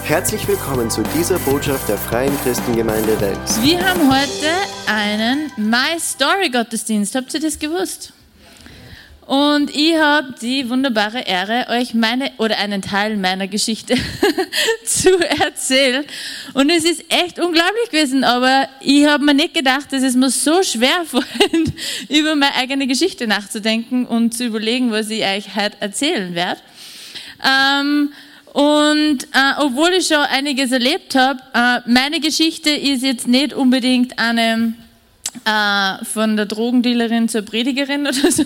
Herzlich willkommen zu dieser Botschaft der Freien Christengemeinde Wels. Wir haben heute einen My Story Gottesdienst. Habt ihr das gewusst? Und ich habe die wunderbare Ehre, euch einen Teil meiner Geschichte zu erzählen. Und es ist echt unglaublich gewesen, aber ich habe mir nicht gedacht, dass es mir so schwer fällt, über meine eigene Geschichte nachzudenken und zu überlegen, was ich euch heute erzählen werde. Obwohl ich schon einiges erlebt habe, meine Geschichte ist jetzt nicht unbedingt eine von der Drogendealerin zur Predigerin oder so,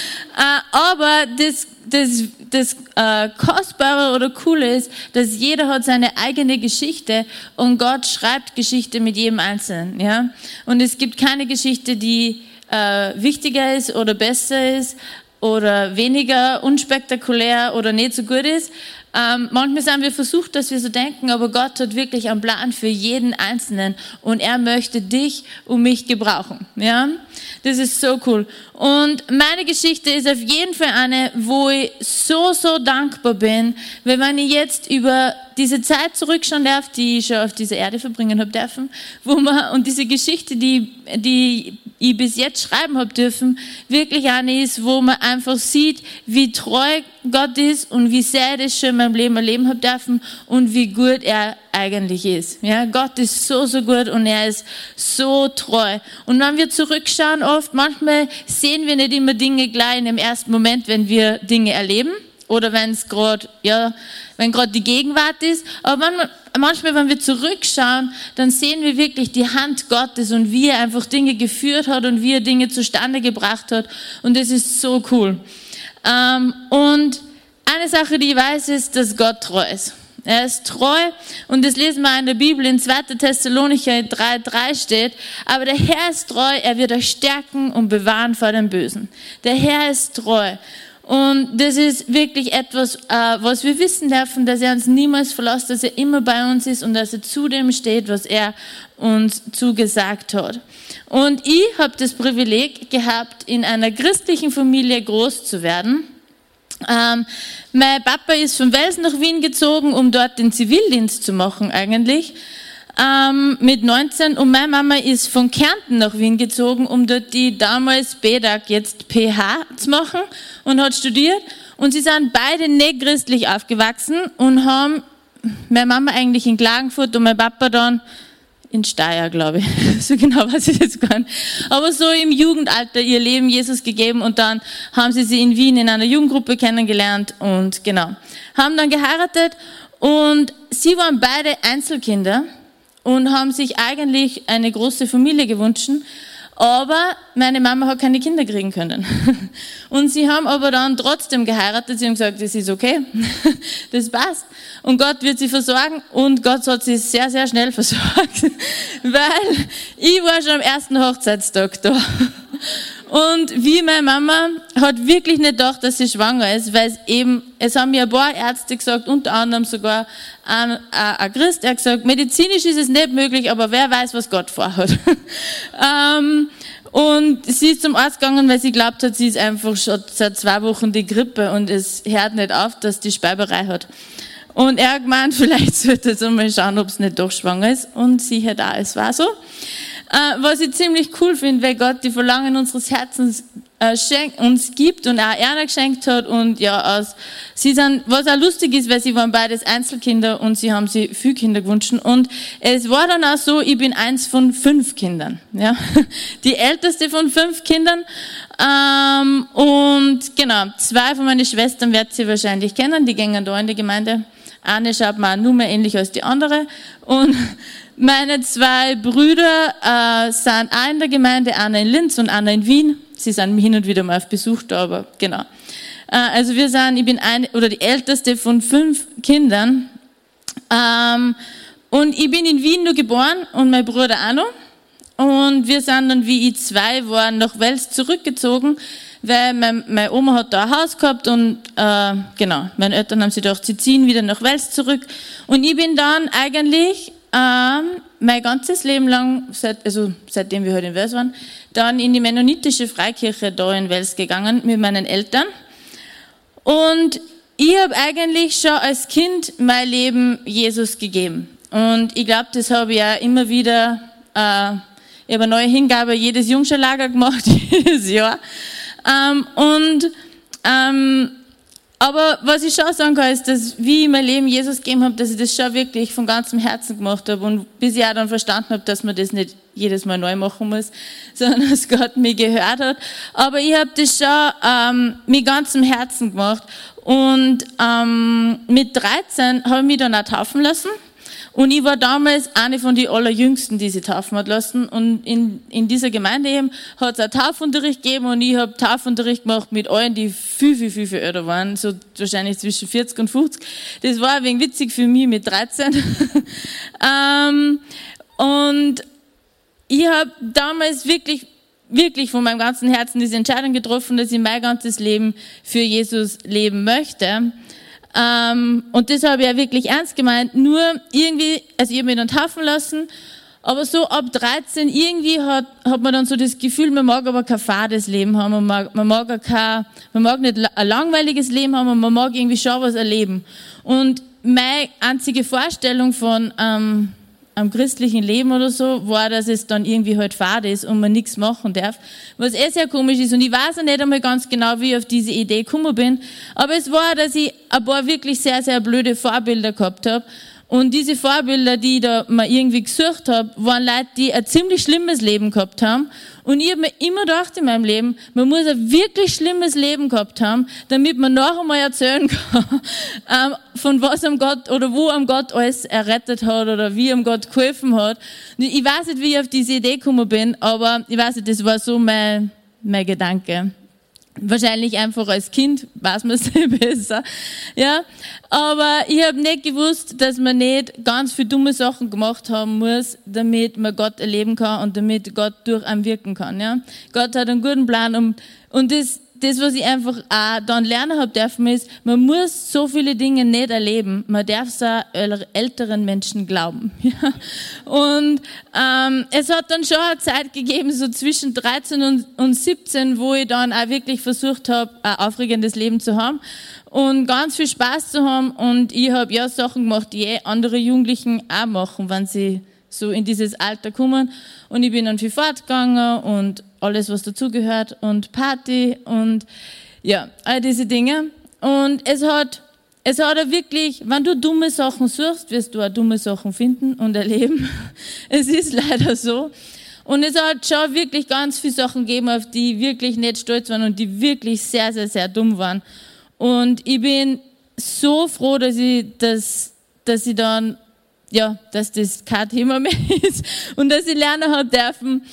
aber das Kostbare oder Coole ist, dass jeder hat seine eigene Geschichte und Gott schreibt Geschichte mit jedem Einzelnen, ja. Und es gibt keine Geschichte, die wichtiger ist oder besser ist oder weniger unspektakulär oder nicht so gut ist. Manchmal sind wir versucht, dass wir so denken, aber Gott hat wirklich einen Plan für jeden Einzelnen und er möchte dich und mich gebrauchen. Ja, das ist so cool. Und meine Geschichte ist auf jeden Fall eine, wo ich so dankbar bin, weil wenn ich jetzt über diese Zeit zurückschauen darf, die ich schon auf dieser Erde verbringen habe dürfen, und diese Geschichte, die ich bis jetzt schreiben habe dürfen, wirklich eine ist, wo man einfach sieht, wie treu Gott ist und wie sehr ich das schon in meinem Leben erleben habe dürfen und wie gut er eigentlich ist. Ja, Gott ist so gut und er ist so treu. Und wenn wir zurückschauen, manchmal sehen wir nicht immer Dinge gleich in dem ersten Moment, wenn wir Dinge erleben oder wenn gerade die Gegenwart ist. Aber manchmal, wenn wir zurückschauen, dann sehen wir wirklich die Hand Gottes und wie er einfach Dinge geführt hat und wie er Dinge zustande gebracht hat. Und das ist so cool. Und eine Sache, die ich weiß, ist, dass Gott treu ist. Er ist treu und das lesen wir in der Bibel in 2. Thessalonicher 3,3 steht, aber der Herr ist treu, er wird euch stärken und bewahren vor dem Bösen. Der Herr ist treu. Und das ist wirklich etwas, was wir wissen dürfen, dass er uns niemals verlässt, dass er immer bei uns ist und dass er zu dem steht, was er uns zugesagt hat. Und ich habe das Privileg gehabt, in einer christlichen Familie groß zu werden. Mein Papa ist von Wels nach Wien gezogen, um dort den Zivildienst zu machen eigentlich, mit 19. Und meine Mama ist von Kärnten nach Wien gezogen, um dort die damals BEDAG, jetzt PH zu machen und hat studiert. Und sie sind beide nicht christlich aufgewachsen und haben meine Mama eigentlich in Klagenfurt und mein Papa dann in Steyr, glaube ich. So genau weiß ich das gar nicht. Aber so im Jugendalter ihr Leben Jesus gegeben und dann haben sie in Wien in einer Jugendgruppe kennengelernt und genau. Haben dann geheiratet und sie waren beide Einzelkinder und haben sich eigentlich eine große Familie gewünscht. Aber meine Mama hat keine Kinder kriegen können. Und sie haben aber dann trotzdem geheiratet. Sie haben gesagt, das ist okay, das passt. Und Gott wird sie versorgen. Und Gott hat sie sehr, sehr schnell versorgt. Weil ich war schon am ersten Hochzeitstag da. Und wie meine Mama hat wirklich nicht gedacht, dass sie schwanger ist, weil es haben mir ein paar Ärzte gesagt, unter anderem sogar ein Christ, er hat gesagt, medizinisch ist es nicht möglich, aber wer weiß, was Gott vorhat. Und sie ist zum Arzt gegangen, weil sie glaubt hat, sie ist einfach schon seit 2 Wochen die Grippe und es hört nicht auf, dass die Speiberei hat. Und er hat gemeint, vielleicht sollte es mal schauen, ob es nicht doch schwanger ist. Und siehe da, es war so. Was ich ziemlich cool finde, weil Gott die Verlangen unseres Herzens uns gibt und auch Erna geschenkt hat und ja, was auch lustig ist, weil sie waren beides Einzelkinder und sie haben sich viele Kinder gewünscht und es war dann auch so, ich bin eins von 5 Kindern, ja, die älteste von 5 Kindern und genau, 2 von meinen Schwestern werdet ihr wahrscheinlich kennen, die gehen da in die Gemeinde, eine schaut mir nur mehr ähnlich als die andere und meine 2 Brüder sind auch in der Gemeinde, einer in Linz und einer in Wien. Sie sind hin und wieder mal auf Besuch da, aber genau. Also ich bin die älteste von 5 Kindern. Und ich bin in Wien nur geboren und mein Bruder auch noch. Und wir sind dann, wie ich 2 war, nach Wels zurückgezogen, weil meine Oma hat da ein Haus gehabt und genau, meine Eltern haben sich gedacht, sie ziehen wieder nach Wels zurück. Und ich bin dann eigentlich mein ganzes Leben lang, seitdem wir heute in Wels waren, dann in die mennonitische Freikirche da in Wels gegangen mit meinen Eltern. Und ich habe eigentlich schon als Kind mein Leben Jesus gegeben. Und ich glaube, das habe ich ja immer wieder, ich habe eine neue Hingabe jedes Jungscharlager gemacht, jedes Jahr. Aber was ich schon sagen kann, ist, dass wie ich mein Leben Jesus gegeben habe, dass ich das schon wirklich von ganzem Herzen gemacht habe und bis ich auch dann verstanden habe, dass man das nicht jedes Mal neu machen muss, sondern dass Gott mich gehört hat. Aber ich habe das schon mit ganzem Herzen gemacht und mit 13 habe ich mich dann auch taufen lassen. Und ich war damals eine von den Allerjüngsten, die sie taufen hat lassen. Und in dieser Gemeinde eben hat es auch Taufunterricht gegeben und ich habe Taufunterricht gemacht mit allen, die viel älter waren, so wahrscheinlich zwischen 40 und 50. Das war ein wenig witzig für mich mit 13. Und ich habe damals wirklich von meinem ganzen Herzen diese Entscheidung getroffen, dass ich mein ganzes Leben für Jesus leben möchte. Und das habe ich ja wirklich ernst gemeint. Nur irgendwie, also ich habe mich dann taufen lassen, aber so ab 13 irgendwie hat man dann so das Gefühl, man mag aber kein fades Leben haben, man mag nicht ein langweiliges Leben haben, und man mag irgendwie schon was erleben. Und meine einzige Vorstellung von am christlichen Leben oder so, war, dass es dann irgendwie halt fad ist und man nichts machen darf, was sehr komisch ist. Und ich weiß auch nicht einmal ganz genau, wie ich auf diese Idee gekommen bin, aber es war, dass ich ein paar wirklich sehr blöde Vorbilder gehabt habe. Und diese Vorbilder, die ich da mal irgendwie gesucht habe, waren Leute, die ein ziemlich schlimmes Leben gehabt haben. Und ich habe mir immer gedacht in meinem Leben, man muss ein wirklich schlimmes Leben gehabt haben, damit man noch einmal erzählen kann, von was am Gott oder wo am Gott alles errettet hat oder wie am Gott geholfen hat. Ich weiß nicht, wie ich auf diese Idee gekommen bin, aber ich weiß nicht, das war so mein Gedanke. Wahrscheinlich einfach als Kind weiß man es nicht besser, ja. Aber ich habe nicht gewusst, dass man nicht ganz viele dumme Sachen gemacht haben muss, damit man Gott erleben kann und damit Gott durch einen wirken kann, ja. Gott hat einen guten Plan und das, was ich einfach auch dann lernen habe dürfen, ist, man muss so viele Dinge nicht erleben. Man darf es auch älteren Menschen glauben. Ja. Und es hat dann schon eine Zeit gegeben, so zwischen 13 und 17, wo ich dann auch wirklich versucht habe, ein aufregendes Leben zu haben und ganz viel Spaß zu haben. Und ich habe ja Sachen gemacht, die andere Jugendlichen auch machen, wenn sie so in dieses Alter kommen. Und ich bin dann viel fortgegangen und alles, was dazugehört und Party und ja, all diese Dinge. Und es hat auch wirklich, wenn du dumme Sachen suchst, wirst du auch dumme Sachen finden und erleben. Es ist leider so. Und es hat schon wirklich ganz viele Sachen gegeben, auf die ich wirklich nicht stolz waren und die wirklich sehr dumm waren. Und ich bin so froh, dass das kein Thema mehr ist und dass ich lernen habe dürfen,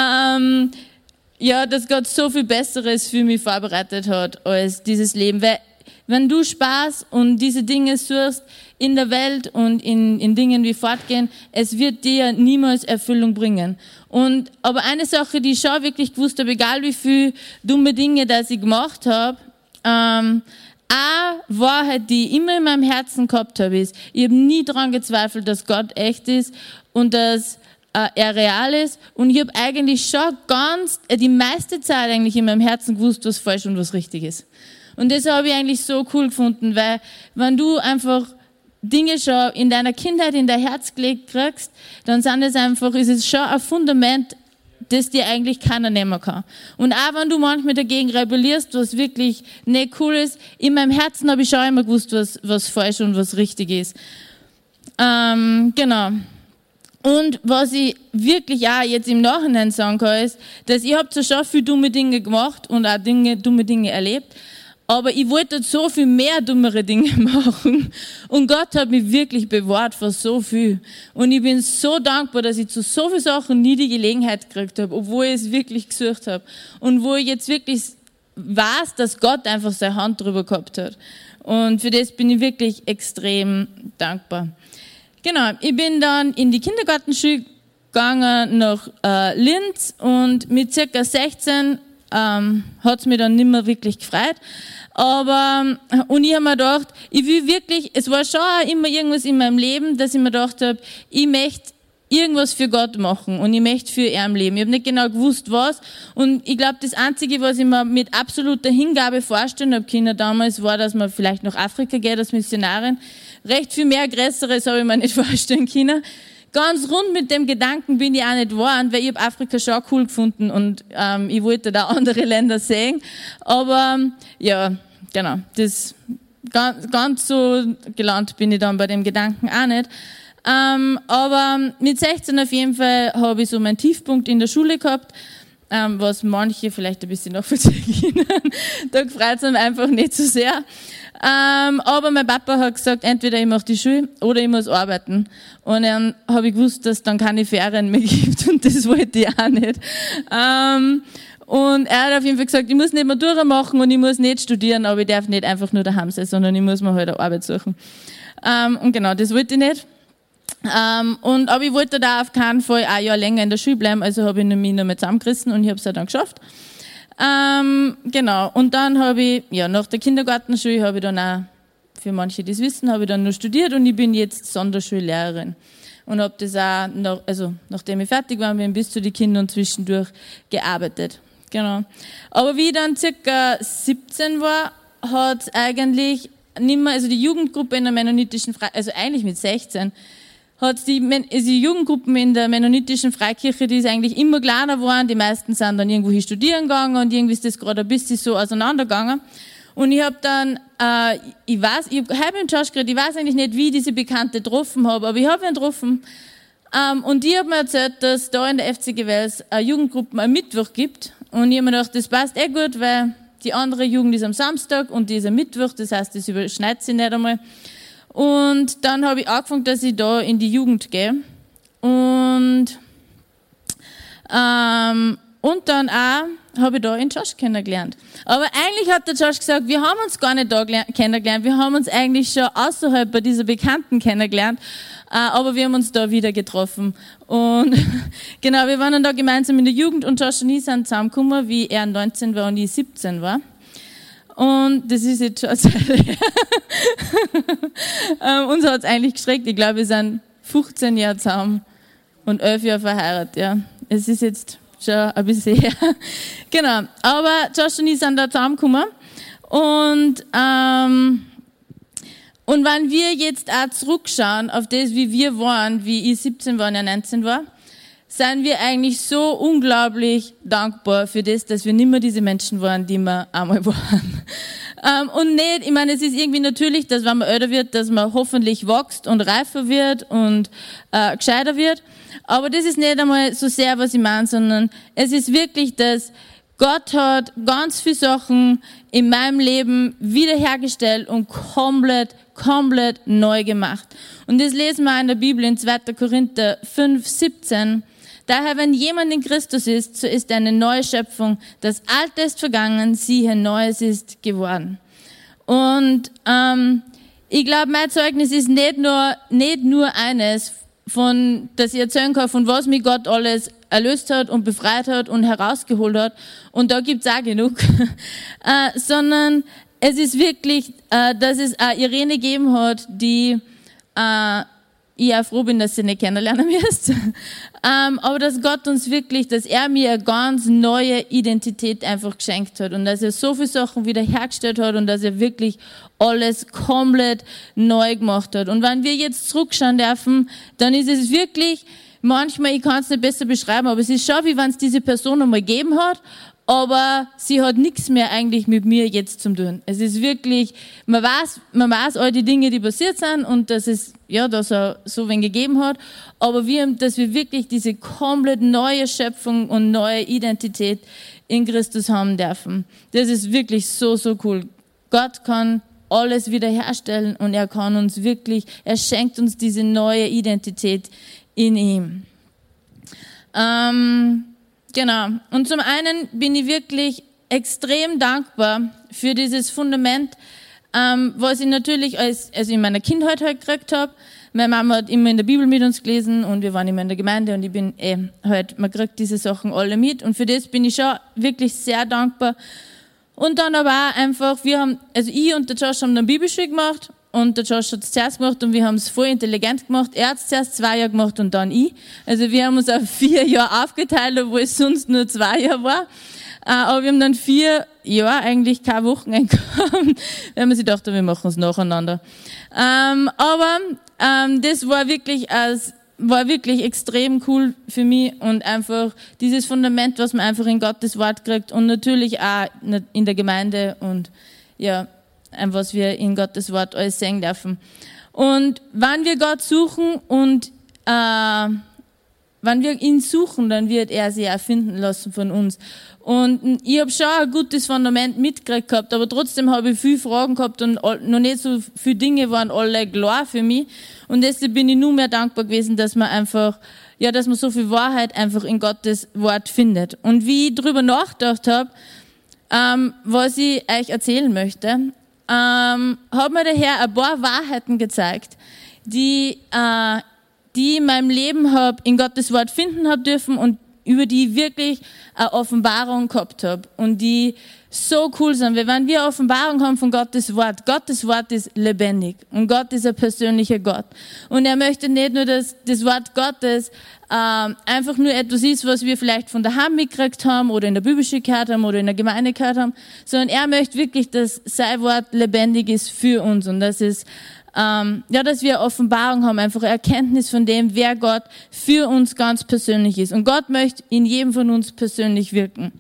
dass Gott so viel Besseres für mich vorbereitet hat als dieses Leben. Weil wenn du Spaß und diese Dinge suchst in der Welt und in Dingen wie Fortgehen, es wird dir niemals Erfüllung bringen. Aber eine Sache, die ich schon wirklich gewusst habe, egal wie viel dumme Dinge, das ich gemacht habe, eine Wahrheit, die ich immer in meinem Herzen gehabt habe, ist, ich habe nie daran gezweifelt, dass Gott echt ist und dass er real ist. Und ich habe eigentlich schon die meiste Zeit eigentlich in meinem Herzen gewusst, was falsch und was richtig ist. Und das habe ich eigentlich so cool gefunden, weil wenn du einfach Dinge schon in deiner Kindheit in dein Herz gelegt kriegst, dann ist es schon ein Fundament, das dir eigentlich keiner nehmen kann. Und auch wenn du manchmal dagegen rebellierst, was wirklich nicht cool ist, in meinem Herzen habe ich schon immer gewusst, was falsch und was richtig ist. Genau. Und was ich wirklich auch jetzt im Nachhinein sagen kann, ist, dass ich habe zwar schon viele dumme Dinge gemacht und auch dumme Dinge erlebt, aber ich wollte so viel mehr dummere Dinge machen. Und Gott hat mich wirklich bewahrt vor so viel. Und ich bin so dankbar, dass ich zu so vielen Sachen nie die Gelegenheit gekriegt habe, obwohl ich es wirklich gesucht habe. Und wo ich jetzt wirklich weiß, dass Gott einfach seine Hand drüber gehabt hat. Und für das bin ich wirklich extrem dankbar. Genau, ich bin dann in die Kindergartenschule gegangen nach Linz und mit circa 16 hat es mich dann nicht mehr wirklich gefreut. Und ich habe mir gedacht, ich will wirklich, es war schon immer irgendwas in meinem Leben, dass ich mir gedacht habe, ich möchte irgendwas für Gott machen und ich möchte für ihn leben. Ich habe nicht genau gewusst, was. Und ich glaube, das Einzige, was ich mir mit absoluter Hingabe vorstellen habe können damals, war, dass man vielleicht nach Afrika geht als Missionarin. Recht viel mehr Größeres habe ich mir nicht vorstellen können. Ganz rund mit dem Gedanken bin ich auch nicht geworden, weil ich habe Afrika schon cool gefunden und ich wollte da andere Länder sehen. Aber ja, genau, das ganz so gelandet bin ich dann bei dem Gedanken auch nicht. Aber mit 16 auf jeden Fall habe ich so meinen Tiefpunkt in der Schule gehabt, was manche vielleicht ein bisschen nachvollziehen können. Da freut es mich einfach nicht so sehr. Aber mein Papa hat gesagt, entweder ich mache die Schule oder ich muss arbeiten. Und dann habe ich gewusst, dass es dann keine Ferien mehr gibt und das wollte ich auch nicht. Und er hat auf jeden Fall gesagt, ich muss nicht Matura machen und ich muss nicht studieren, aber ich darf nicht einfach nur daheim sein, sondern ich muss mir halt eine Arbeit suchen. Und genau, das wollte ich nicht. Aber ich wollte da auf keinen Fall ein Jahr länger in der Schule bleiben, also habe ich mich noch mal zusammengerissen und ich habe es dann geschafft. Genau, und dann habe ich, ja, nach der Kindergartenschule habe ich dann auch, für manche, die es wissen, habe ich dann noch studiert und ich bin jetzt Sonderschullehrerin. Und habe das auch, nachdem ich fertig war, bis zu den Kindern zwischendurch gearbeitet. Genau. Aber wie ich dann circa 17 war, hat es eigentlich nicht mehr, also die Jugendgruppe in der mennonitischen also eigentlich mit 16, hat die Jugendgruppen in der mennonitischen Freikirche, die ist eigentlich immer kleiner geworden, die meisten sind dann irgendwo studieren gegangen und irgendwie ist das gerade ein bisschen so auseinandergegangen. Und ich habe dann, ich habe mit Josh geredet, ich weiß eigentlich nicht, wie ich diese Bekannte getroffen habe, aber ich habe ihn getroffen. Und die hat mir erzählt, dass da in der FCG Wels Jugendgruppen am Mittwoch gibt. Und ich habe mir gedacht, das passt gut, weil die andere Jugend ist am Samstag und die ist am Mittwoch, das heißt, das überschneidet sich nicht einmal. Und dann habe ich angefangen, dass ich da in die Jugend gehe. Und dann auch habe ich da den Josh kennengelernt. Aber eigentlich hat der Josh gesagt, wir haben uns gar nicht da kennengelernt, wir haben uns eigentlich schon außerhalb bei dieser Bekannten kennengelernt, aber wir haben uns da wieder getroffen. Und genau, wir waren dann da gemeinsam in der Jugend und Josh und ich sind zusammengekommen, wie er 19 war und ich 17 war. Und das ist jetzt schon eine Zeit her. Uns hat es eigentlich geschreckt. Ich glaube, wir sind 15 Jahre zusammen und 11 Jahre verheiratet. Ja. Es ist jetzt schon ein bisschen her. Genau. Aber Josh und ich sind da zusammengekommen. Und wenn wir jetzt auch zurückschauen auf das, wie wir waren, wie ich 17 war und er 19 war, sind wir eigentlich so unglaublich dankbar für das, dass wir nicht mehr diese Menschen waren, die wir einmal waren. Und nicht, ich meine, es ist irgendwie natürlich, dass wenn man älter wird, dass man hoffentlich wächst und reifer wird und gescheiter wird. Aber das ist nicht einmal so sehr, was ich meine, sondern es ist wirklich, dass Gott hat ganz viele Sachen in meinem Leben wiederhergestellt und komplett neu gemacht. Und das lesen wir in der Bibel in 2. Korinther 5,17. Daher, wenn jemand in Christus ist, so ist er eine neue Schöpfung. Das Alte ist vergangen, siehe, Neues ist geworden. Und ich glaube, mein Zeugnis ist nicht nur eines, dass ich erzählen kann, von was mich Gott alles erlöst hat und befreit hat und herausgeholt hat. Und da gibt's auch genug. Sondern es ist wirklich, dass es eine Irene gegeben hat, die ich auch froh bin, dass sie nicht kennenlernen wirst. Aber dass Gott uns wirklich, dass er mir eine ganz neue Identität einfach geschenkt hat und dass er so viele Sachen wiederhergestellt hat und dass er wirklich alles komplett neu gemacht hat. Und wenn wir jetzt zurückschauen dürfen, dann ist es wirklich, manchmal, ich kann es nicht besser beschreiben, aber es ist schon, wie wenn es diese Person einmal gegeben hat, aber sie hat nichts mehr eigentlich mit mir jetzt zu tun. Es ist wirklich, man weiß all die Dinge, die passiert sind und dass es, ja, dass er so wen gegeben hat, aber dass wir wirklich diese komplett neue Schöpfung und neue Identität in Christus haben dürfen. Das ist wirklich so, so cool. Gott kann alles wiederherstellen und er schenkt uns diese neue Identität in ihm. Genau. Und zum einen bin ich wirklich extrem dankbar für dieses Fundament, was ich natürlich also in meiner Kindheit halt gekriegt habe. Meine Mama hat immer in der Bibel mit uns gelesen und wir waren immer in der Gemeinde und ich bin man kriegt diese Sachen alle mit und für das bin ich schon wirklich sehr dankbar. Und dann aber auch einfach, ich und der Josh haben dann Bibelschule gemacht und der Josh hat es zuerst gemacht und wir haben es voll intelligent gemacht. Er hat es zuerst 2 Jahre gemacht und dann ich. Also wir haben uns auf 4 Jahre aufgeteilt, obwohl es sonst nur 2 Jahre war. Aber wir haben dann 4 Jahre eigentlich keine Wochenende gehabt, weil wir sich dachten, wir machen es nacheinander. Das war wirklich extrem cool für mich und einfach dieses Fundament, was man einfach in Gottes Wort kriegt und natürlich auch in der Gemeinde und ja, was wir in Gottes Wort alles sehen dürfen. Und wenn wir Gott suchen und wenn wir ihn suchen, dann wird er sich auch finden lassen von uns. Und ich habe schon ein gutes Fundament mitgekriegt gehabt, aber trotzdem habe ich viele Fragen gehabt und noch nicht so viele Dinge waren alle klar für mich. Und deshalb bin ich nur mehr dankbar gewesen, dass man so viel Wahrheit einfach in Gottes Wort findet. Und wie ich drüber nachgedacht habe, was ich euch erzählen möchte, hat mir der Herr ein paar Wahrheiten gezeigt, die in meinem Leben in Gottes Wort finden habe dürfen und über die ich wirklich eine Offenbarung gehabt habe und die so cool sind, weil wenn wir eine Offenbarung haben von Gottes Wort ist lebendig und Gott ist ein persönlicher Gott und er möchte nicht nur, dass das Wort Gottes einfach nur etwas ist, was wir vielleicht von daheim mitgekriegt haben oder in der Bibelschule gehört haben oder in der Gemeinde gehört haben, sondern er möchte wirklich, dass sein Wort lebendig ist für uns und dass wir Offenbarung haben, einfach Erkenntnis von dem, wer Gott für uns ganz persönlich ist. Und Gott möchte in jedem von uns persönlich wirken.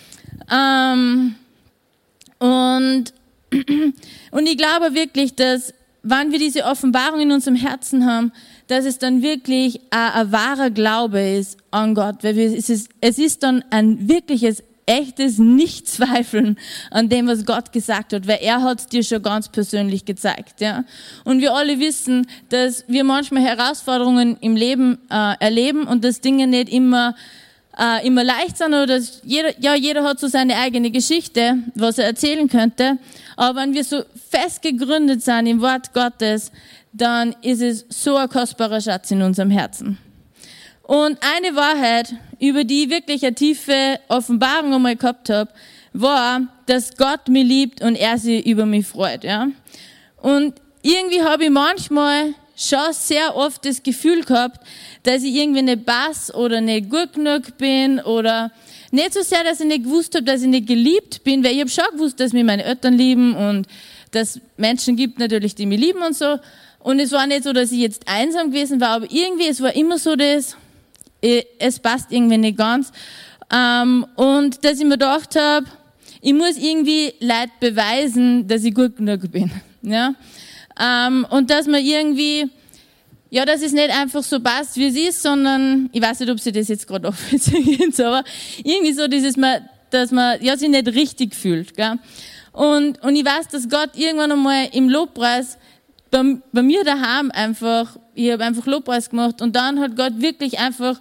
Und ich glaube wirklich, dass, wenn wir diese Offenbarung in unserem Herzen haben, dass es dann wirklich ein wahrer Glaube ist an Gott. Weil es ist dann ein wirkliches echtes Nicht-Zweifeln an dem, was Gott gesagt hat, weil er hat es dir schon ganz persönlich gezeigt, ja. Und wir alle wissen, dass wir manchmal Herausforderungen im Leben erleben und dass Dinge nicht immer leicht sind oder dass jeder hat so seine eigene Geschichte, was er erzählen könnte. Aber wenn wir so fest gegründet sind im Wort Gottes, dann ist es so ein kostbarer Schatz in unserem Herzen. Und eine Wahrheit, über die ich wirklich eine tiefe Offenbarung einmal gehabt habe, war, dass Gott mich liebt und er sich über mich freut, ja. Und irgendwie habe ich manchmal schon sehr oft das Gefühl gehabt, dass ich irgendwie nicht passe oder nicht gut genug bin oder nicht so sehr, dass ich nicht gewusst habe, dass ich nicht geliebt bin, weil ich habe schon gewusst, dass mich meine Eltern lieben und dass es Menschen gibt natürlich, die mich lieben und so. Und es war nicht so, dass ich jetzt einsam gewesen war, aber irgendwie, es war immer so es passt irgendwie nicht ganz. Und dass ich mir gedacht habe, ich muss irgendwie Leuten beweisen, dass ich gut genug bin. Ja? Und dass man irgendwie, dass es nicht einfach so passt, wie es ist, sondern, ich weiß nicht, ob sie das jetzt gerade aufzieht, aber irgendwie so dass man sich nicht richtig fühlt. Gell? Und ich weiß, dass Gott irgendwann einmal im Lobpreis bei mir daheim ich habe einfach Lobpreis gemacht und dann hat Gott wirklich einfach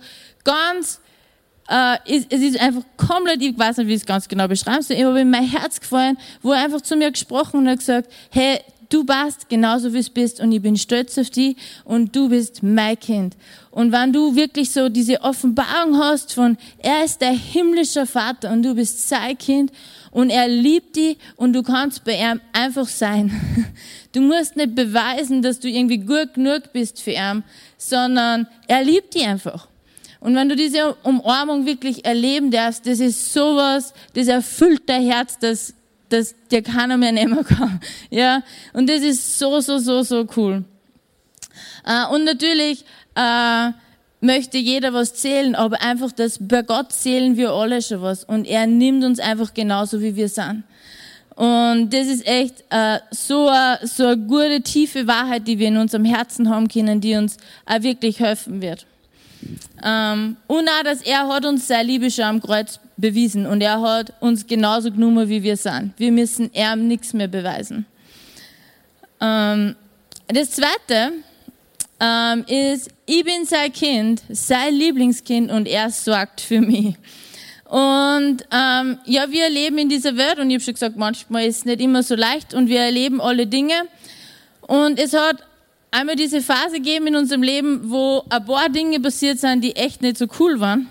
es ist einfach komplett, ich weiß nicht, wie ich es ganz genau beschreiben soll, aber in mein Herz gefallen, wo er einfach zu mir gesprochen und hat gesagt, hey, du passt genauso wie es bist und ich bin stolz auf dich und du bist mein Kind. Und wenn du wirklich so diese Offenbarung hast von, er ist der himmlische Vater und du bist sein Kind und er liebt dich und du kannst bei ihm einfach sein. Du musst nicht beweisen, dass du irgendwie gut genug bist für ihn, sondern er liebt dich einfach. Und wenn du diese Umarmung wirklich erleben darfst, das ist sowas, das erfüllt dein Herz, dass dir keiner mehr nehmen kann. Ja? Und das ist so cool. Und natürlich möchte jeder was zählen, aber einfach, dass bei Gott zählen wir alle schon was. Und er nimmt uns einfach genauso, wie wir sind. Und das ist echt so eine gute, tiefe Wahrheit, die wir in unserem Herzen haben können, die uns auch wirklich helfen wird. Und auch, dass er hat uns seine Liebe schon am Kreuz bewiesen und er hat uns genauso genommen, wie wir sind. Wir müssen ihm nichts mehr beweisen. Das Zweite ist, ich bin sein Kind, sein Lieblingskind und er sorgt für mich. Und wir leben in dieser Welt und ich habe schon gesagt, manchmal ist es nicht immer so leicht und wir erleben alle Dinge. Und es hat einmal diese Phase gegeben in unserem Leben, wo ein paar Dinge passiert sind, die echt nicht so cool waren.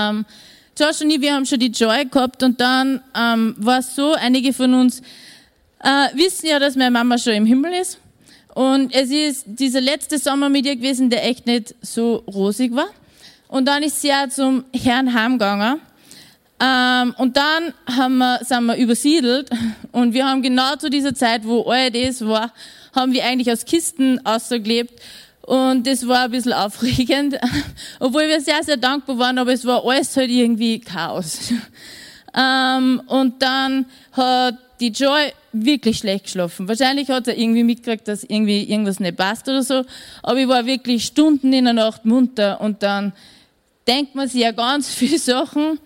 Josh und ich, wir haben schon die Joy gehabt und dann war es so, einige von uns wissen ja, dass meine Mama schon im Himmel ist. Und es ist dieser letzte Sommer mit ihr gewesen, der echt nicht so rosig war. Und dann ist sie ja zum Herrn heimgegangen. Und dann sind wir übersiedelt. Und wir haben genau zu dieser Zeit, wo all das war, haben wir eigentlich aus Kisten ausgelebt. Und das war ein bisschen aufregend. Obwohl wir sehr, sehr dankbar waren, aber es war alles halt irgendwie Chaos. Und dann hat die Joy wirklich schlecht geschlafen. Wahrscheinlich hat sie irgendwie mitgekriegt, dass irgendwie irgendwas nicht passt oder so. Aber ich war wirklich Stunden in der Nacht munter und dann denkt man sich ja ganz viele Sachen.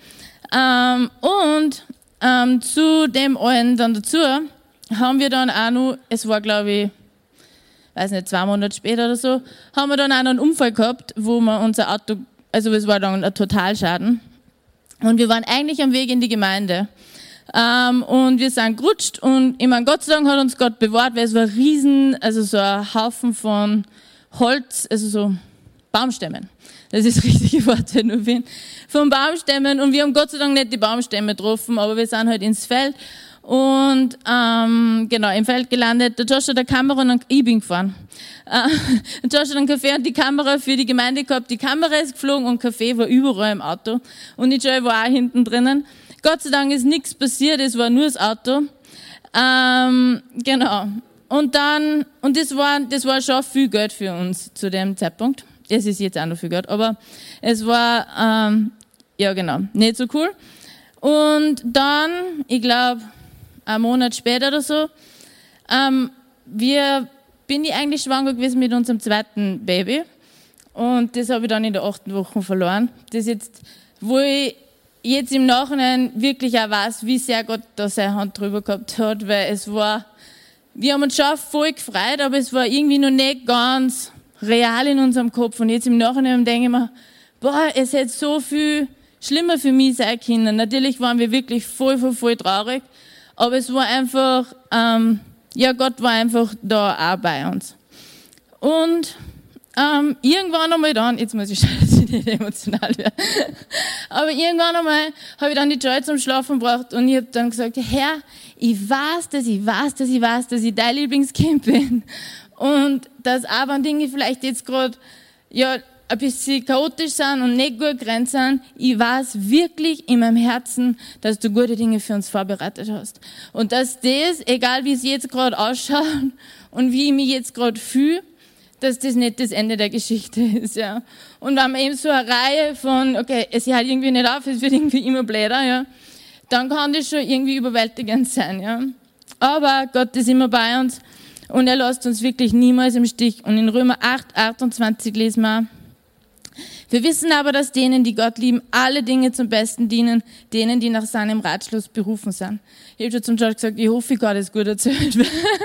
Zu dem allen dann dazu haben wir dann auch noch, es war glaube ich, weiß nicht, 2 Monate später oder so, haben wir dann auch noch einen Unfall gehabt, wo wir unser Auto, also es war dann ein Totalschaden. Und wir waren eigentlich am Weg in die Gemeinde. Und wir sind gerutscht und ich meine, Gott sei Dank hat uns Gott bewahrt, weil es war so ein Haufen von Holz, also so Baumstämmen. Das ist das richtige Wort, wenn du bin. Von Baumstämmen und wir haben Gott sei Dank nicht die Baumstämme getroffen, aber wir sind halt ins Feld und im Feld gelandet. Der Josh hat eine Kamera und ich bin gefahren. Der Josh hat einen Kaffee und die Kamera für die Gemeinde gehabt. Die Kamera ist geflogen und Kaffee war überall im Auto und die Joy war auch hinten drinnen. Gott sei Dank ist nichts passiert, es war nur das Auto. Und das war schon viel Geld für uns zu dem Zeitpunkt. Es ist jetzt auch noch viel Geld, aber es war, nicht so cool. Und dann, ich glaube, einen Monat später oder so, bin ich eigentlich schwanger gewesen mit unserem zweiten Baby. Und das habe ich dann in der 8. Woche verloren. Das jetzt, wo ich jetzt im Nachhinein wirklich auch weiß, wie sehr Gott da seine Hand drüber gehabt hat, weil wir haben uns schon voll gefreut, aber es war irgendwie noch nicht ganz real in unserem Kopf. Und jetzt im Nachhinein denke ich mir, es hätte so viel schlimmer für mich sein können. Natürlich waren wir wirklich voll traurig, aber es war einfach, Gott war einfach da auch bei uns. Und irgendwann einmal dann, jetzt muss ich schauen, dass ich nicht emotional werde, aber irgendwann einmal habe ich dann die Joy zum Schlafen gebracht und ich habe dann gesagt, Herr, ich weiß, dass ich dein Lieblingskind bin und dass auch wenn Dinge vielleicht jetzt gerade ein bisschen chaotisch sind und nicht gut gerannt sind, ich weiß wirklich in meinem Herzen, dass du gute Dinge für uns vorbereitet hast. Und dass das, egal wie es jetzt gerade ausschaut und wie ich mich jetzt gerade fühle, dass das nicht das Ende der Geschichte ist, ja. Und wenn man eben so eine Reihe von, okay, es hört irgendwie nicht auf, es wird irgendwie immer blöder, ja, dann kann das schon irgendwie überwältigend sein, ja. Aber Gott ist immer bei uns und er lässt uns wirklich niemals im Stich. Und in Römer 8, 28 lesen wir, wir wissen aber, dass denen, die Gott lieben, alle Dinge zum Besten dienen, denen, die nach seinem Ratschluss berufen sind. Ich habe schon zum George gesagt, ich hoffe, ich habe das gut erzählt.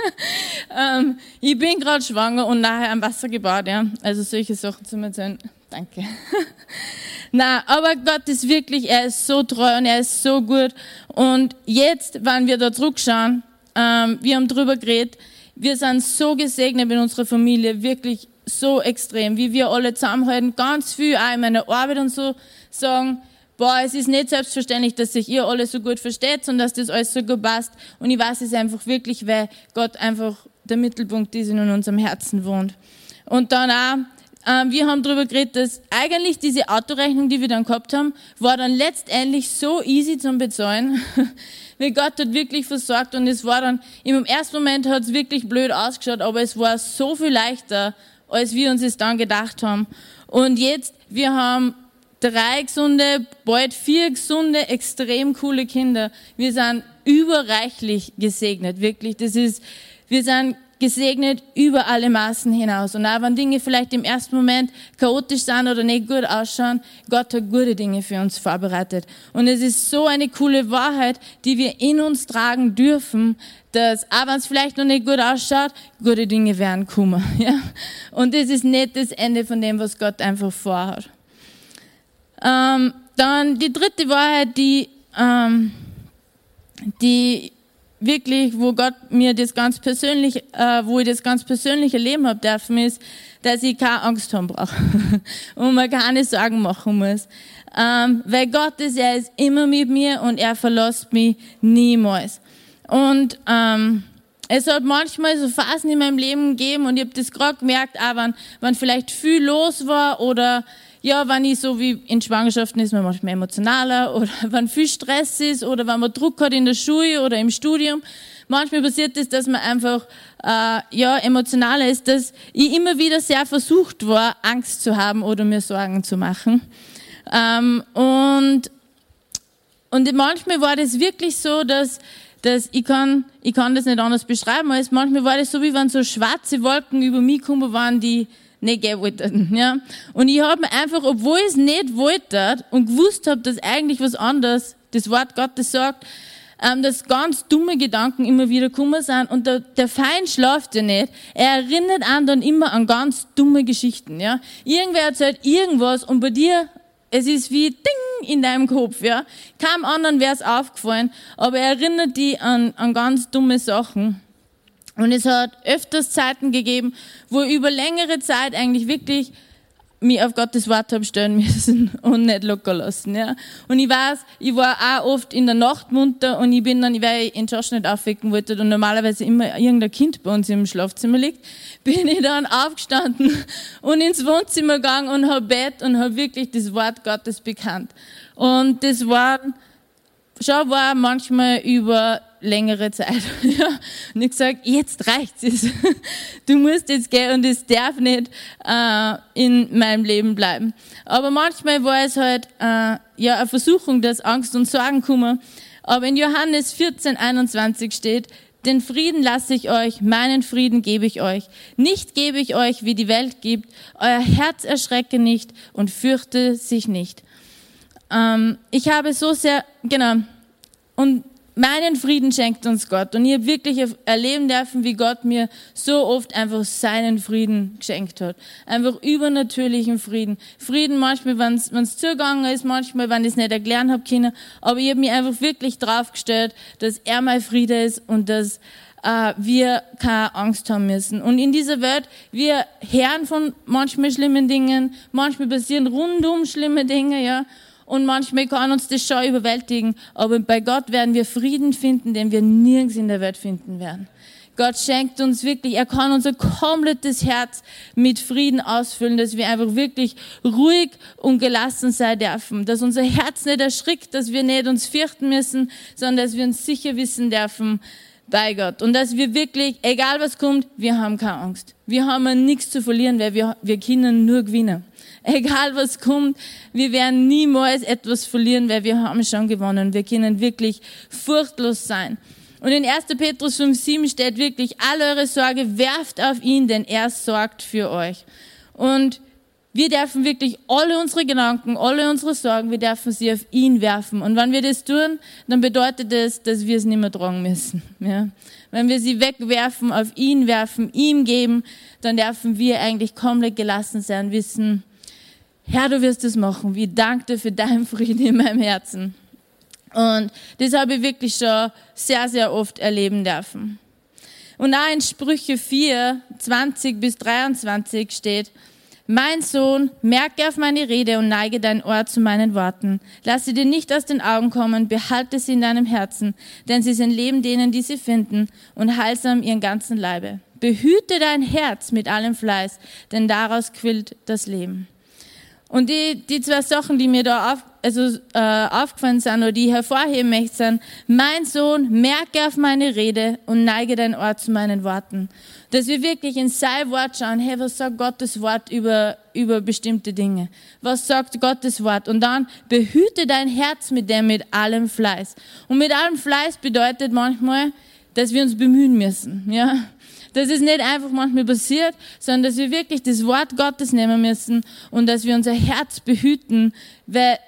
Ich bin gerade schwanger und nachher am Wasser gebaut, ja. Also solche Sachen zu erzählen. Danke. Na, aber Gott ist wirklich, er ist so treu und er ist so gut. Und jetzt, wenn wir da zurückschauen, wir haben drüber geredet, wir sind so gesegnet mit unserer Familie, wirklich so extrem, wie wir alle zusammenhalten, ganz viel auch in meiner Arbeit und so sagen, es ist nicht selbstverständlich, dass sich ihr alle so gut versteht und dass das alles so gut passt. Und ich weiß es einfach wirklich, weil Gott einfach der Mittelpunkt ist und in unserem Herzen wohnt. Und dann auch, wir haben darüber geredet, dass eigentlich diese Autorechnung, die wir dann gehabt haben, war dann letztendlich so easy zum Bezahlen, weil Gott hat wirklich versorgt und es war dann, im ersten Moment hat es wirklich blöd ausgeschaut, aber es war so viel leichter, als wir uns es dann gedacht haben. Und jetzt, wir haben 3 gesunde, bald 4 gesunde, extrem coole Kinder. Wir sind überreichlich gesegnet, wirklich. Wir sind gesegnet über alle Maßen hinaus. Und auch wenn Dinge vielleicht im ersten Moment chaotisch sind oder nicht gut ausschauen, Gott hat gute Dinge für uns vorbereitet. Und es ist so eine coole Wahrheit, die wir in uns tragen dürfen, dass, auch wenn es vielleicht noch nicht gut ausschaut, gute Dinge werden kommen. Ja? Und das ist nicht das Ende von dem, was Gott einfach vorhat. Dann die dritte Wahrheit, die wirklich, wo Gott mir das ganz persönlich, wo ich das ganz persönlich erleben habe dürfen, ist, dass ich keine Angst haben brauche und mir keine Sorgen machen muss. Weil Gott ist, er ist immer mit mir und er verlässt mich niemals. Und es hat manchmal so Phasen in meinem Leben gegeben und ich habe das gerade gemerkt, auch wenn vielleicht viel los war oder ja, wenn ich so wie in Schwangerschaften ist man manchmal emotionaler oder wenn viel Stress ist oder wenn man Druck hat in der Schule oder im Studium. Manchmal passiert es, dass man einfach emotionaler ist, dass ich immer wieder sehr versucht war, Angst zu haben oder mir Sorgen zu machen. Und manchmal war das wirklich so, dass ich kann das nicht anders beschreiben, als manchmal war das so, wie wenn so schwarze Wolken über mich gekommen waren, die nicht gehen wollten, ja. Und ich habe mir einfach, obwohl ich es nicht wollte und gewusst habe, dass eigentlich was anderes das Wort Gottes sagt, dass ganz dumme Gedanken immer wieder gekommen sind und der Feind schlaft ja nicht. Er erinnert einen dann immer an ganz dumme Geschichten, ja. Irgendwer erzählt irgendwas und bei dir, es ist wie Ding in deinem Kopf, ja. Keinem anderen wäre es aufgefallen, aber er erinnert dich an ganz dumme Sachen. Und es hat öfters Zeiten gegeben, wo ich über längere Zeit eigentlich wirklich mich auf Gottes Wort habe stellen müssen und nicht locker lassen, ja. Und ich weiß, ich war auch oft in der Nacht munter und ich bin dann, weil ich den Josh nicht aufwecken wollte und normalerweise immer irgendein Kind bei uns im Schlafzimmer liegt, bin ich dann aufgestanden und ins Wohnzimmer gegangen und habe Bett und habe wirklich das Wort Gottes bekannt. Und das war manchmal über längere Zeit. Ja. Und ich gesagt, jetzt reicht's es. Du musst jetzt gehen und es darf nicht in meinem Leben bleiben. Aber manchmal war es halt eine Versuchung, dass Angst und Sorgen kommen. Aber in Johannes 14,21 steht, den Frieden lasse ich euch, meinen Frieden gebe ich euch. Nicht gebe ich euch, wie die Welt gibt. Euer Herz erschrecke nicht und fürchte sich nicht. Ich habe so sehr, und meinen Frieden schenkt uns Gott. Und ich habe wirklich erleben dürfen, wie Gott mir so oft einfach seinen Frieden geschenkt hat. Einfach übernatürlichen Frieden. Frieden manchmal, wenn es zugegangen ist, manchmal, wenn ich es nicht erklären habe können. Aber ich habe mich einfach wirklich draufgestellt, dass er mein Friede ist und dass wir keine Angst haben müssen. Und in dieser Welt, wir hören von manchmal schlimmen Dingen, manchmal passieren rundum schlimme Dinge, ja. Und manchmal kann uns das schon überwältigen, aber bei Gott werden wir Frieden finden, den wir nirgends in der Welt finden werden. Gott schenkt uns wirklich, er kann unser komplettes Herz mit Frieden ausfüllen, dass wir einfach wirklich ruhig und gelassen sein dürfen, dass unser Herz nicht erschrickt, dass wir nicht uns fürchten müssen, sondern dass wir uns sicher wissen dürfen bei Gott. Und dass wir wirklich, egal was kommt, wir haben keine Angst. Wir haben nichts zu verlieren, weil wir können nur gewinnen. Egal was kommt, wir werden niemals etwas verlieren, weil wir haben schon gewonnen. Wir können wirklich furchtlos sein. Und in 1. Petrus 5,7 steht wirklich, all eure Sorge werft auf ihn, denn er sorgt für euch. Und wir dürfen wirklich alle unsere Gedanken, alle unsere Sorgen, wir dürfen sie auf ihn werfen. Und wenn wir das tun, dann bedeutet das, dass wir es nicht mehr tragen müssen. Ja? Wenn wir sie wegwerfen, auf ihn werfen, ihm geben, dann dürfen wir eigentlich komplett gelassen sein, wissen, Herr, du wirst es machen. Ich danke dir für deinen Frieden in meinem Herzen. Und das habe ich wirklich schon sehr, sehr oft erleben dürfen. Und auch in Sprüche 4, 20 bis 23 steht, mein Sohn, merke auf meine Rede und neige dein Ohr zu meinen Worten. Lass sie dir nicht aus den Augen kommen, behalte sie in deinem Herzen, denn sie sind Leben denen, die sie finden, und heilsam ihren ganzen Leibe. Behüte dein Herz mit allem Fleiß, denn daraus quillt das Leben. Und die zwei Sachen, die mir da aufgefallen sind oder die ich hervorheben möchte, sind, mein Sohn, merke auf meine Rede und neige dein Ohr zu meinen Worten. Dass wir wirklich in sein Wort schauen, hey, was sagt Gottes Wort über bestimmte Dinge? Was sagt Gottes Wort? Und dann behüte dein Herz mit allem Fleiß. Und mit allem Fleiß bedeutet manchmal, dass wir uns bemühen müssen, ja. Dass es nicht einfach manchmal passiert, sondern dass wir wirklich das Wort Gottes nehmen müssen und dass wir unser Herz behüten, weil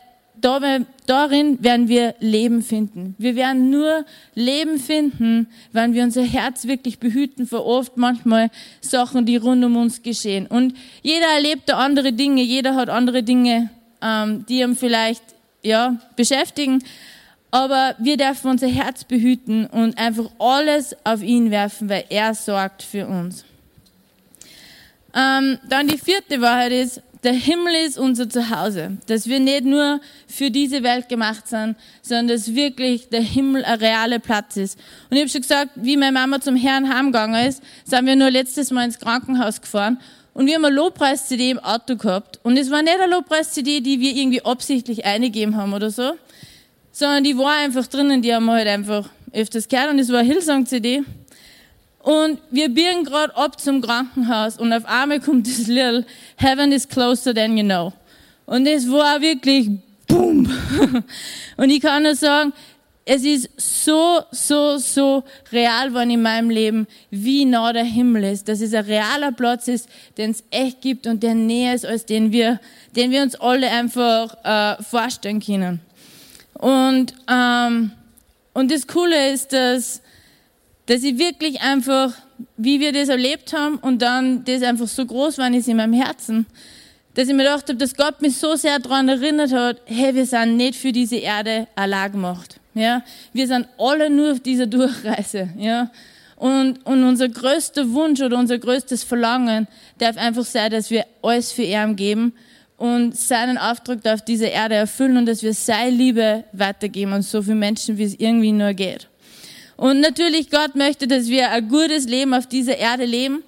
darin werden wir Leben finden. Wir werden nur Leben finden, wenn wir unser Herz wirklich behüten vor oft manchmal Sachen, die rund um uns geschehen. Und jeder erlebt da andere Dinge, jeder hat andere Dinge, die ihn vielleicht beschäftigen. Aber wir dürfen unser Herz behüten und einfach alles auf ihn werfen, weil er sorgt für uns. Dann die vierte Wahrheit ist, der Himmel ist unser Zuhause, dass wir nicht nur für diese Welt gemacht sind, sondern dass wirklich der Himmel ein realer Platz ist. Und ich habe schon gesagt, wie meine Mama zum Herrn heimgegangen ist, sind wir nur letztes Mal ins Krankenhaus gefahren und wir haben eine Lobpreis-CD im Auto gehabt. Und es war nicht eine Lobpreis-CD, die wir irgendwie absichtlich eingegeben haben oder so, sondern die war einfach drinnen, die haben wir halt einfach öfters gehört und es war eine Hillsong-CD. Und wir biegen gerade ab zum Krankenhaus und auf einmal kommt das Lied Heaven is closer than you know. Und es war wirklich boom. Und ich kann nur sagen, es ist so real geworden in meinem Leben, wie nah der Himmel ist. Dass es ein realer Platz ist, den es echt gibt und der näher ist, als den wir uns alle einfach vorstellen können. Und das Coole ist, dass ich wirklich einfach, wie wir das erlebt haben und dann das einfach so groß war ist in meinem Herzen, dass ich mir gedacht habe, dass Gott mich so sehr daran erinnert hat, hey, wir sind nicht für diese Erde allein gemacht. Ja? Wir sind alle nur auf dieser Durchreise. Ja? Und unser größter Wunsch oder unser größtes Verlangen darf einfach sein, dass wir alles für ihn geben und seinen Auftrag auf dieser Erde erfüllen und dass wir seine Liebe weitergeben an so viele Menschen, wie es irgendwie nur geht. Und natürlich, Gott möchte, dass wir ein gutes Leben auf dieser Erde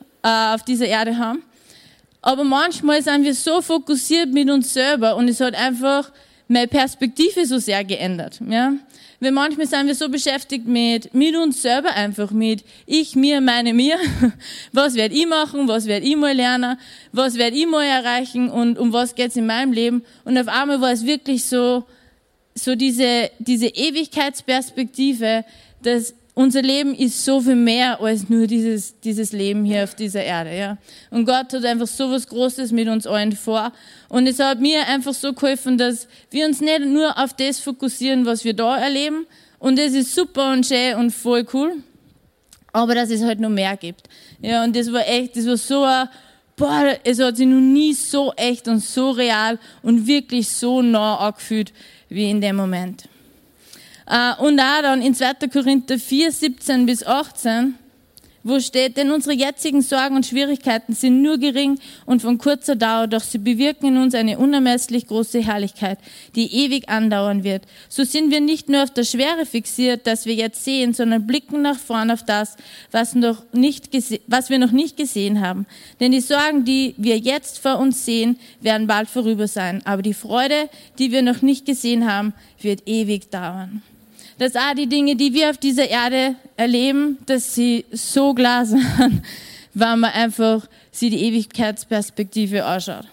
haben. Aber manchmal sind wir so fokussiert mit uns selber und es hat einfach meine Perspektive so sehr geändert. Ja? Weil manchmal sind wir so beschäftigt mit uns selber einfach, mit ich, mir, meine, mir. Was werde ich machen? Was werde ich mal lernen? Was werde ich mal erreichen? Und um was geht's in meinem Leben? Und auf einmal war es wirklich so diese Ewigkeitsperspektive, dass unser Leben ist so viel mehr als nur dieses Leben hier auf dieser Erde, ja. Und Gott hat einfach so was Großes mit uns allen vor. Und es hat mir einfach so geholfen, dass wir uns nicht nur auf das fokussieren, was wir da erleben. Und das ist super und schön und voll cool. Aber dass es halt noch mehr gibt. Ja, und das war so es hat sich noch nie so echt und so real und wirklich so nah angefühlt wie in dem Moment. Und auch dann in 2. Korinther 4, 17 bis 18, wo steht, denn unsere jetzigen Sorgen und Schwierigkeiten sind nur gering und von kurzer Dauer, doch sie bewirken in uns eine unermesslich große Herrlichkeit, die ewig andauern wird. So sind wir nicht nur auf der Schwere fixiert, das wir jetzt sehen, sondern blicken nach vorn auf das, was wir noch nicht gesehen haben. Denn die Sorgen, die wir jetzt vor uns sehen, werden bald vorüber sein. Aber die Freude, die wir noch nicht gesehen haben, wird ewig dauern. Dass auch die Dinge, die wir auf dieser Erde erleben, dass sie so klar sind, wenn man einfach sie die Ewigkeitsperspektive anschaut.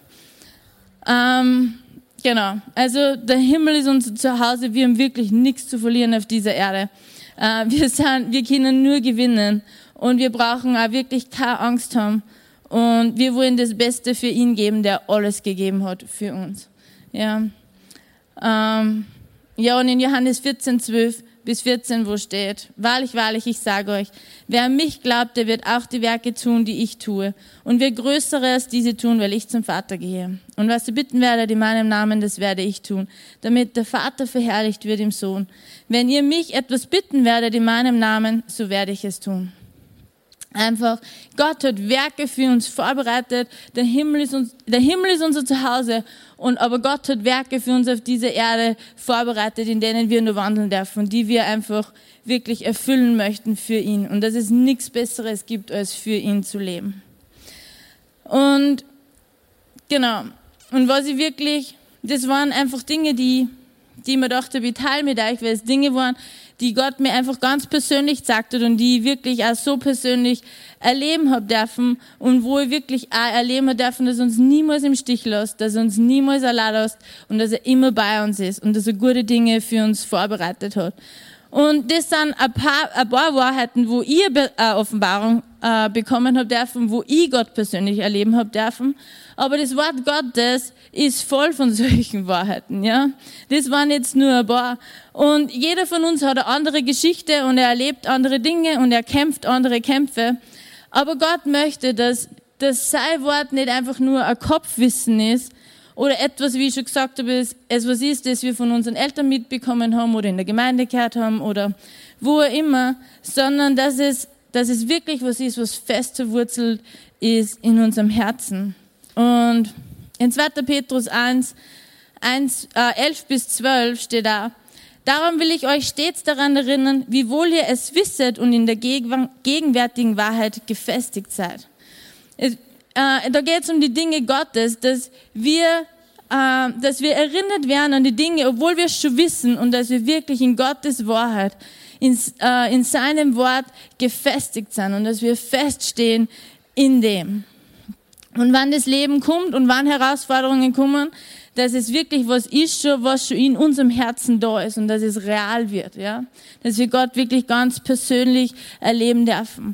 Genau. Also der Himmel ist unser Zuhause. Wir haben wirklich nichts zu verlieren auf dieser Erde. Wir können nur gewinnen und wir brauchen auch wirklich keine Angst haben. Und wir wollen das Beste für ihn geben, der alles gegeben hat für uns. Ja. Ja, und in Johannes 14, 12 bis 14, wo steht, wahrlich, wahrlich, ich sage euch, wer an mich glaubt, der wird auch die Werke tun, die ich tue. Und wird größere als diese tun, weil ich zum Vater gehe. Und was ihr bitten werdet in meinem Namen, das werde ich tun, damit der Vater verherrlicht wird im Sohn. Wenn ihr mich etwas bitten werdet in meinem Namen, so werde ich es tun. Einfach, Gott hat Werke für uns vorbereitet, der Himmel ist unser Zuhause, aber Gott hat Werke für uns auf dieser Erde vorbereitet, in denen wir nur wandeln dürfen, die wir einfach wirklich erfüllen möchten für ihn und dass es nichts Besseres gibt, als für ihn zu leben. Und genau, und das waren einfach Dinge, die ich mir dachte, ich teile mit euch, weil es Dinge waren, die Gott mir einfach ganz persönlich gesagt hat und die ich wirklich auch so persönlich erleben habe dürfen und wo ich wirklich auch erleben habe dürfen, dass er uns niemals im Stich lässt, dass er uns niemals allein lässt und dass er immer bei uns ist und dass er gute Dinge für uns vorbereitet hat. Und das sind ein paar Wahrheiten, wo ich eine Offenbarung bekommen habe dürfen, wo ich Gott persönlich erleben habe dürfen. Aber das Wort Gottes ist voll von solchen Wahrheiten, ja. Das waren jetzt nur ein paar. Und jeder von uns hat eine andere Geschichte und er erlebt andere Dinge und er kämpft andere Kämpfe. Aber Gott möchte, dass sein Wort nicht einfach nur ein Kopfwissen ist oder etwas, wie ich schon gesagt habe, etwas ist, das wir von unseren Eltern mitbekommen haben oder in der Gemeinde gehört haben oder wo immer, sondern dass es wirklich was ist, was fest verwurzelt ist in unserem Herzen. Und In 2. Petrus 11 bis 12 steht da: Darum will ich euch stets daran erinnern, wie wohl ihr es wisset und in der gegenwärtigen Wahrheit gefestigt seid. Da geht es um die Dinge Gottes, dass wir erinnert werden an die Dinge, obwohl wir es schon wissen, und dass wir wirklich in Gottes Wahrheit, in seinem Wort gefestigt sind und dass wir feststehen in dem. Und wann das Leben kommt und wann Herausforderungen kommen, dass es wirklich was ist, was schon in unserem Herzen da ist und dass es real wird, ja, dass wir Gott wirklich ganz persönlich erleben dürfen.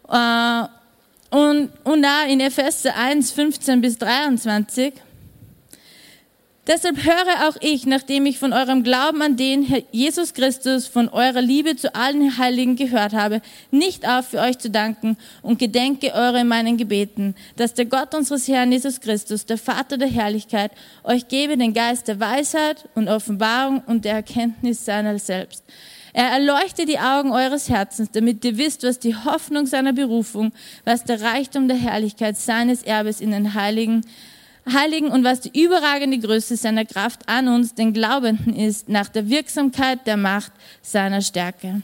Und auch in Epheser 1, 15 bis 23. Deshalb höre auch ich, nachdem ich von eurem Glauben an den Herr Jesus Christus, von eurer Liebe zu allen Heiligen gehört habe, nicht auf, für euch zu danken und gedenke eure in meinen Gebeten, dass der Gott unseres Herrn Jesus Christus, der Vater der Herrlichkeit, euch gebe den Geist der Weisheit und Offenbarung und der Erkenntnis seiner selbst. Er erleuchte die Augen eures Herzens, damit ihr wisst, was die Hoffnung seiner Berufung, was der Reichtum der Herrlichkeit seines Erbes in den Heiligen und was die überragende Größe seiner Kraft an uns, den Glaubenden, ist, nach der Wirksamkeit der Macht seiner Stärke.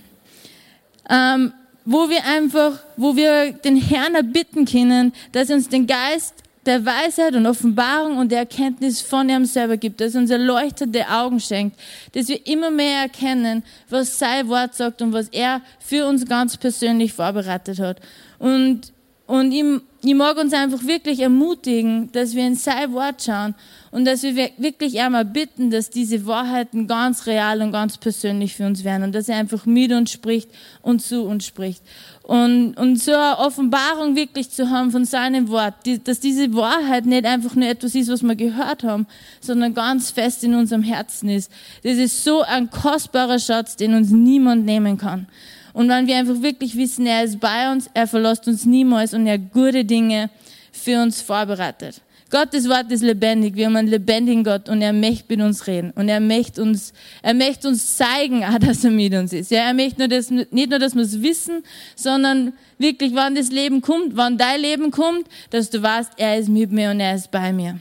Wo wir den Herrn erbitten können, dass er uns den Geist der Weisheit und Offenbarung und der Erkenntnis von ihm selber gibt, dass er uns erleuchtete Augen schenkt, dass wir immer mehr erkennen, was sein Wort sagt und was er für uns ganz persönlich vorbereitet hat. Und ich mag uns einfach wirklich ermutigen, dass wir in sein Wort schauen und dass wir wirklich einmal bitten, dass diese Wahrheiten ganz real und ganz persönlich für uns werden und dass er einfach mit uns spricht und zu uns spricht. Und so eine Offenbarung wirklich zu haben von seinem Wort, dass diese Wahrheit nicht einfach nur etwas ist, was wir gehört haben, sondern ganz fest in unserem Herzen ist. Das ist so ein kostbarer Schatz, den uns niemand nehmen kann. Und wenn wir einfach wirklich wissen, er ist bei uns, er verlässt uns niemals und er hat gute Dinge für uns vorbereitet. Gottes Wort ist lebendig, wir haben einen lebendigen Gott und er möchte mit uns reden. Und er möchte uns zeigen, auch, dass er mit uns ist. Ja, er möchte nicht nur, dass wir es wissen, sondern wirklich, wann das Leben kommt, wann dein Leben kommt, dass du weißt, er ist mit mir und er ist bei mir.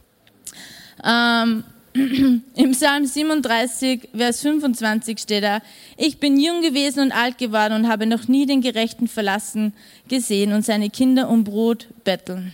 Im Psalm 37, Vers 25 steht da: Ich bin jung gewesen und alt geworden und habe noch nie den Gerechten verlassen gesehen und seine Kinder um Brot betteln.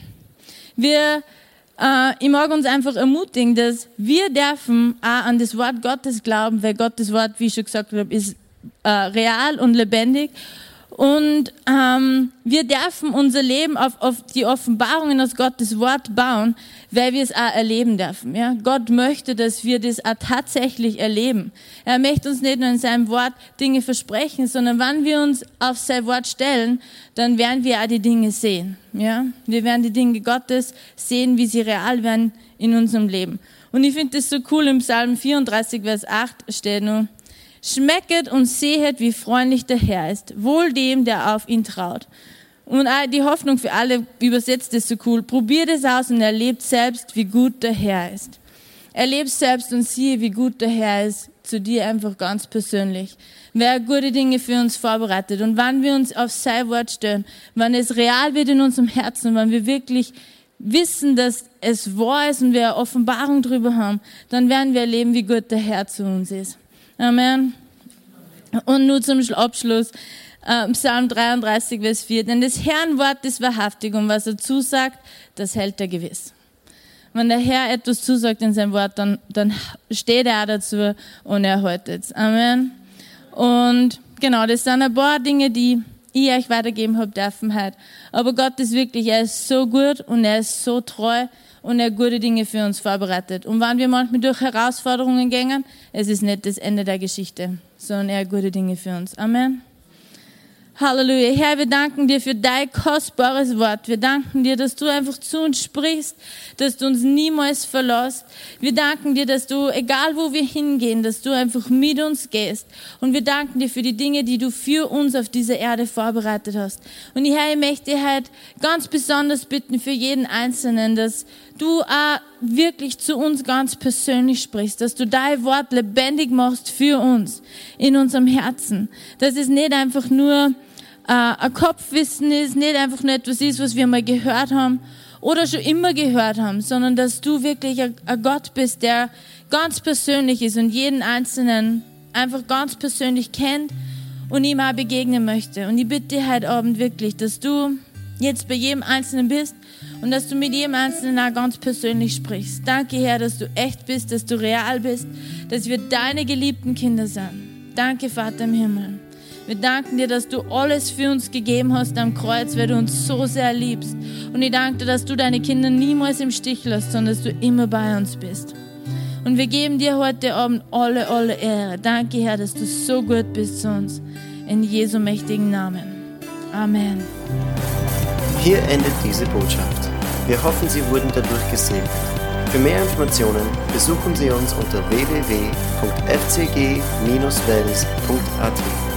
Ich mag uns einfach ermutigen, dass wir dürfen auch an das Wort Gottes glauben, weil Gottes Wort, wie ich schon gesagt habe, ist real und lebendig. Und wir dürfen unser Leben auf die Offenbarungen aus Gottes Wort bauen, weil wir es auch erleben dürfen. Ja? Gott möchte, dass wir das auch tatsächlich erleben. Er möchte uns nicht nur in seinem Wort Dinge versprechen, sondern wenn wir uns auf sein Wort stellen, dann werden wir auch die Dinge sehen. Ja? Wir werden die Dinge Gottes sehen, wie sie real werden in unserem Leben. Und ich finde das so cool, im Psalm 34, Vers 8 steht nur: Schmecket und sehet, wie freundlich der Herr ist, wohl dem, der auf ihn traut. Und die Hoffnung für alle übersetzt es so cool: Probiert es aus und erlebt selbst, wie gut der Herr ist. Erlebt selbst und siehe, wie gut der Herr ist, zu dir einfach ganz persönlich. Wer gute Dinge für uns vorbereitet. Und wenn wir uns auf sein Wort stellen, wenn es real wird in unserem Herzen, wenn wir wirklich wissen, dass es wahr ist und wir eine Offenbarung darüber haben, dann werden wir erleben, wie gut der Herr zu uns ist. Amen. Und nur zum Abschluss, Psalm 33, Vers 4. Denn des Herrn Wort ist wahrhaftig und was er zusagt, das hält er gewiss. Wenn der Herr etwas zusagt in seinem Wort, dann steht er auch dazu und er hält es. Amen. Und genau, das sind ein paar Dinge, die ich euch weitergeben habe dürfen heute. Aber Gott ist wirklich, er ist so gut und er ist so treu und er hat gute Dinge für uns vorbereitet. Und wenn wir manchmal durch Herausforderungen gehen, es ist nicht das Ende der Geschichte, sondern er hat gute Dinge für uns. Amen. Halleluja. Herr, wir danken dir für dein kostbares Wort. Wir danken dir, dass du einfach zu uns sprichst, dass du uns niemals verlässt. Wir danken dir, dass du, egal wo wir hingehen, dass du einfach mit uns gehst. Und wir danken dir für die Dinge, die du für uns auf dieser Erde vorbereitet hast. Und Herr, ich möchte dir halt ganz besonders bitten für jeden Einzelnen, dass du auch wirklich zu uns ganz persönlich sprichst, dass du dein Wort lebendig machst für uns, in unserem Herzen. Dass es nicht einfach nur ein Kopfwissen ist, nicht einfach nur etwas ist, was wir mal gehört haben oder schon immer gehört haben, sondern dass du wirklich ein Gott bist, der ganz persönlich ist und jeden Einzelnen einfach ganz persönlich kennt und ihm auch begegnen möchte. Und ich bitte dich heute Abend wirklich, dass du jetzt bei jedem Einzelnen bist und dass du mit jedem Einzelnen auch ganz persönlich sprichst. Danke, Herr, dass du echt bist, dass du real bist, dass wir deine geliebten Kinder sind. Danke, Vater im Himmel. Wir danken dir, dass du alles für uns gegeben hast am Kreuz, weil du uns so sehr liebst. Und ich danke dir, dass du deine Kinder niemals im Stich lässt, sondern dass du immer bei uns bist. Und wir geben dir heute Abend alle Ehre. Danke, Herr, dass du so gut bist zu uns. In Jesu mächtigen Namen. Amen. Hier endet diese Botschaft. Wir hoffen, Sie wurden dadurch gesegnet. Für mehr Informationen besuchen Sie uns unter www.fcg-wels.at.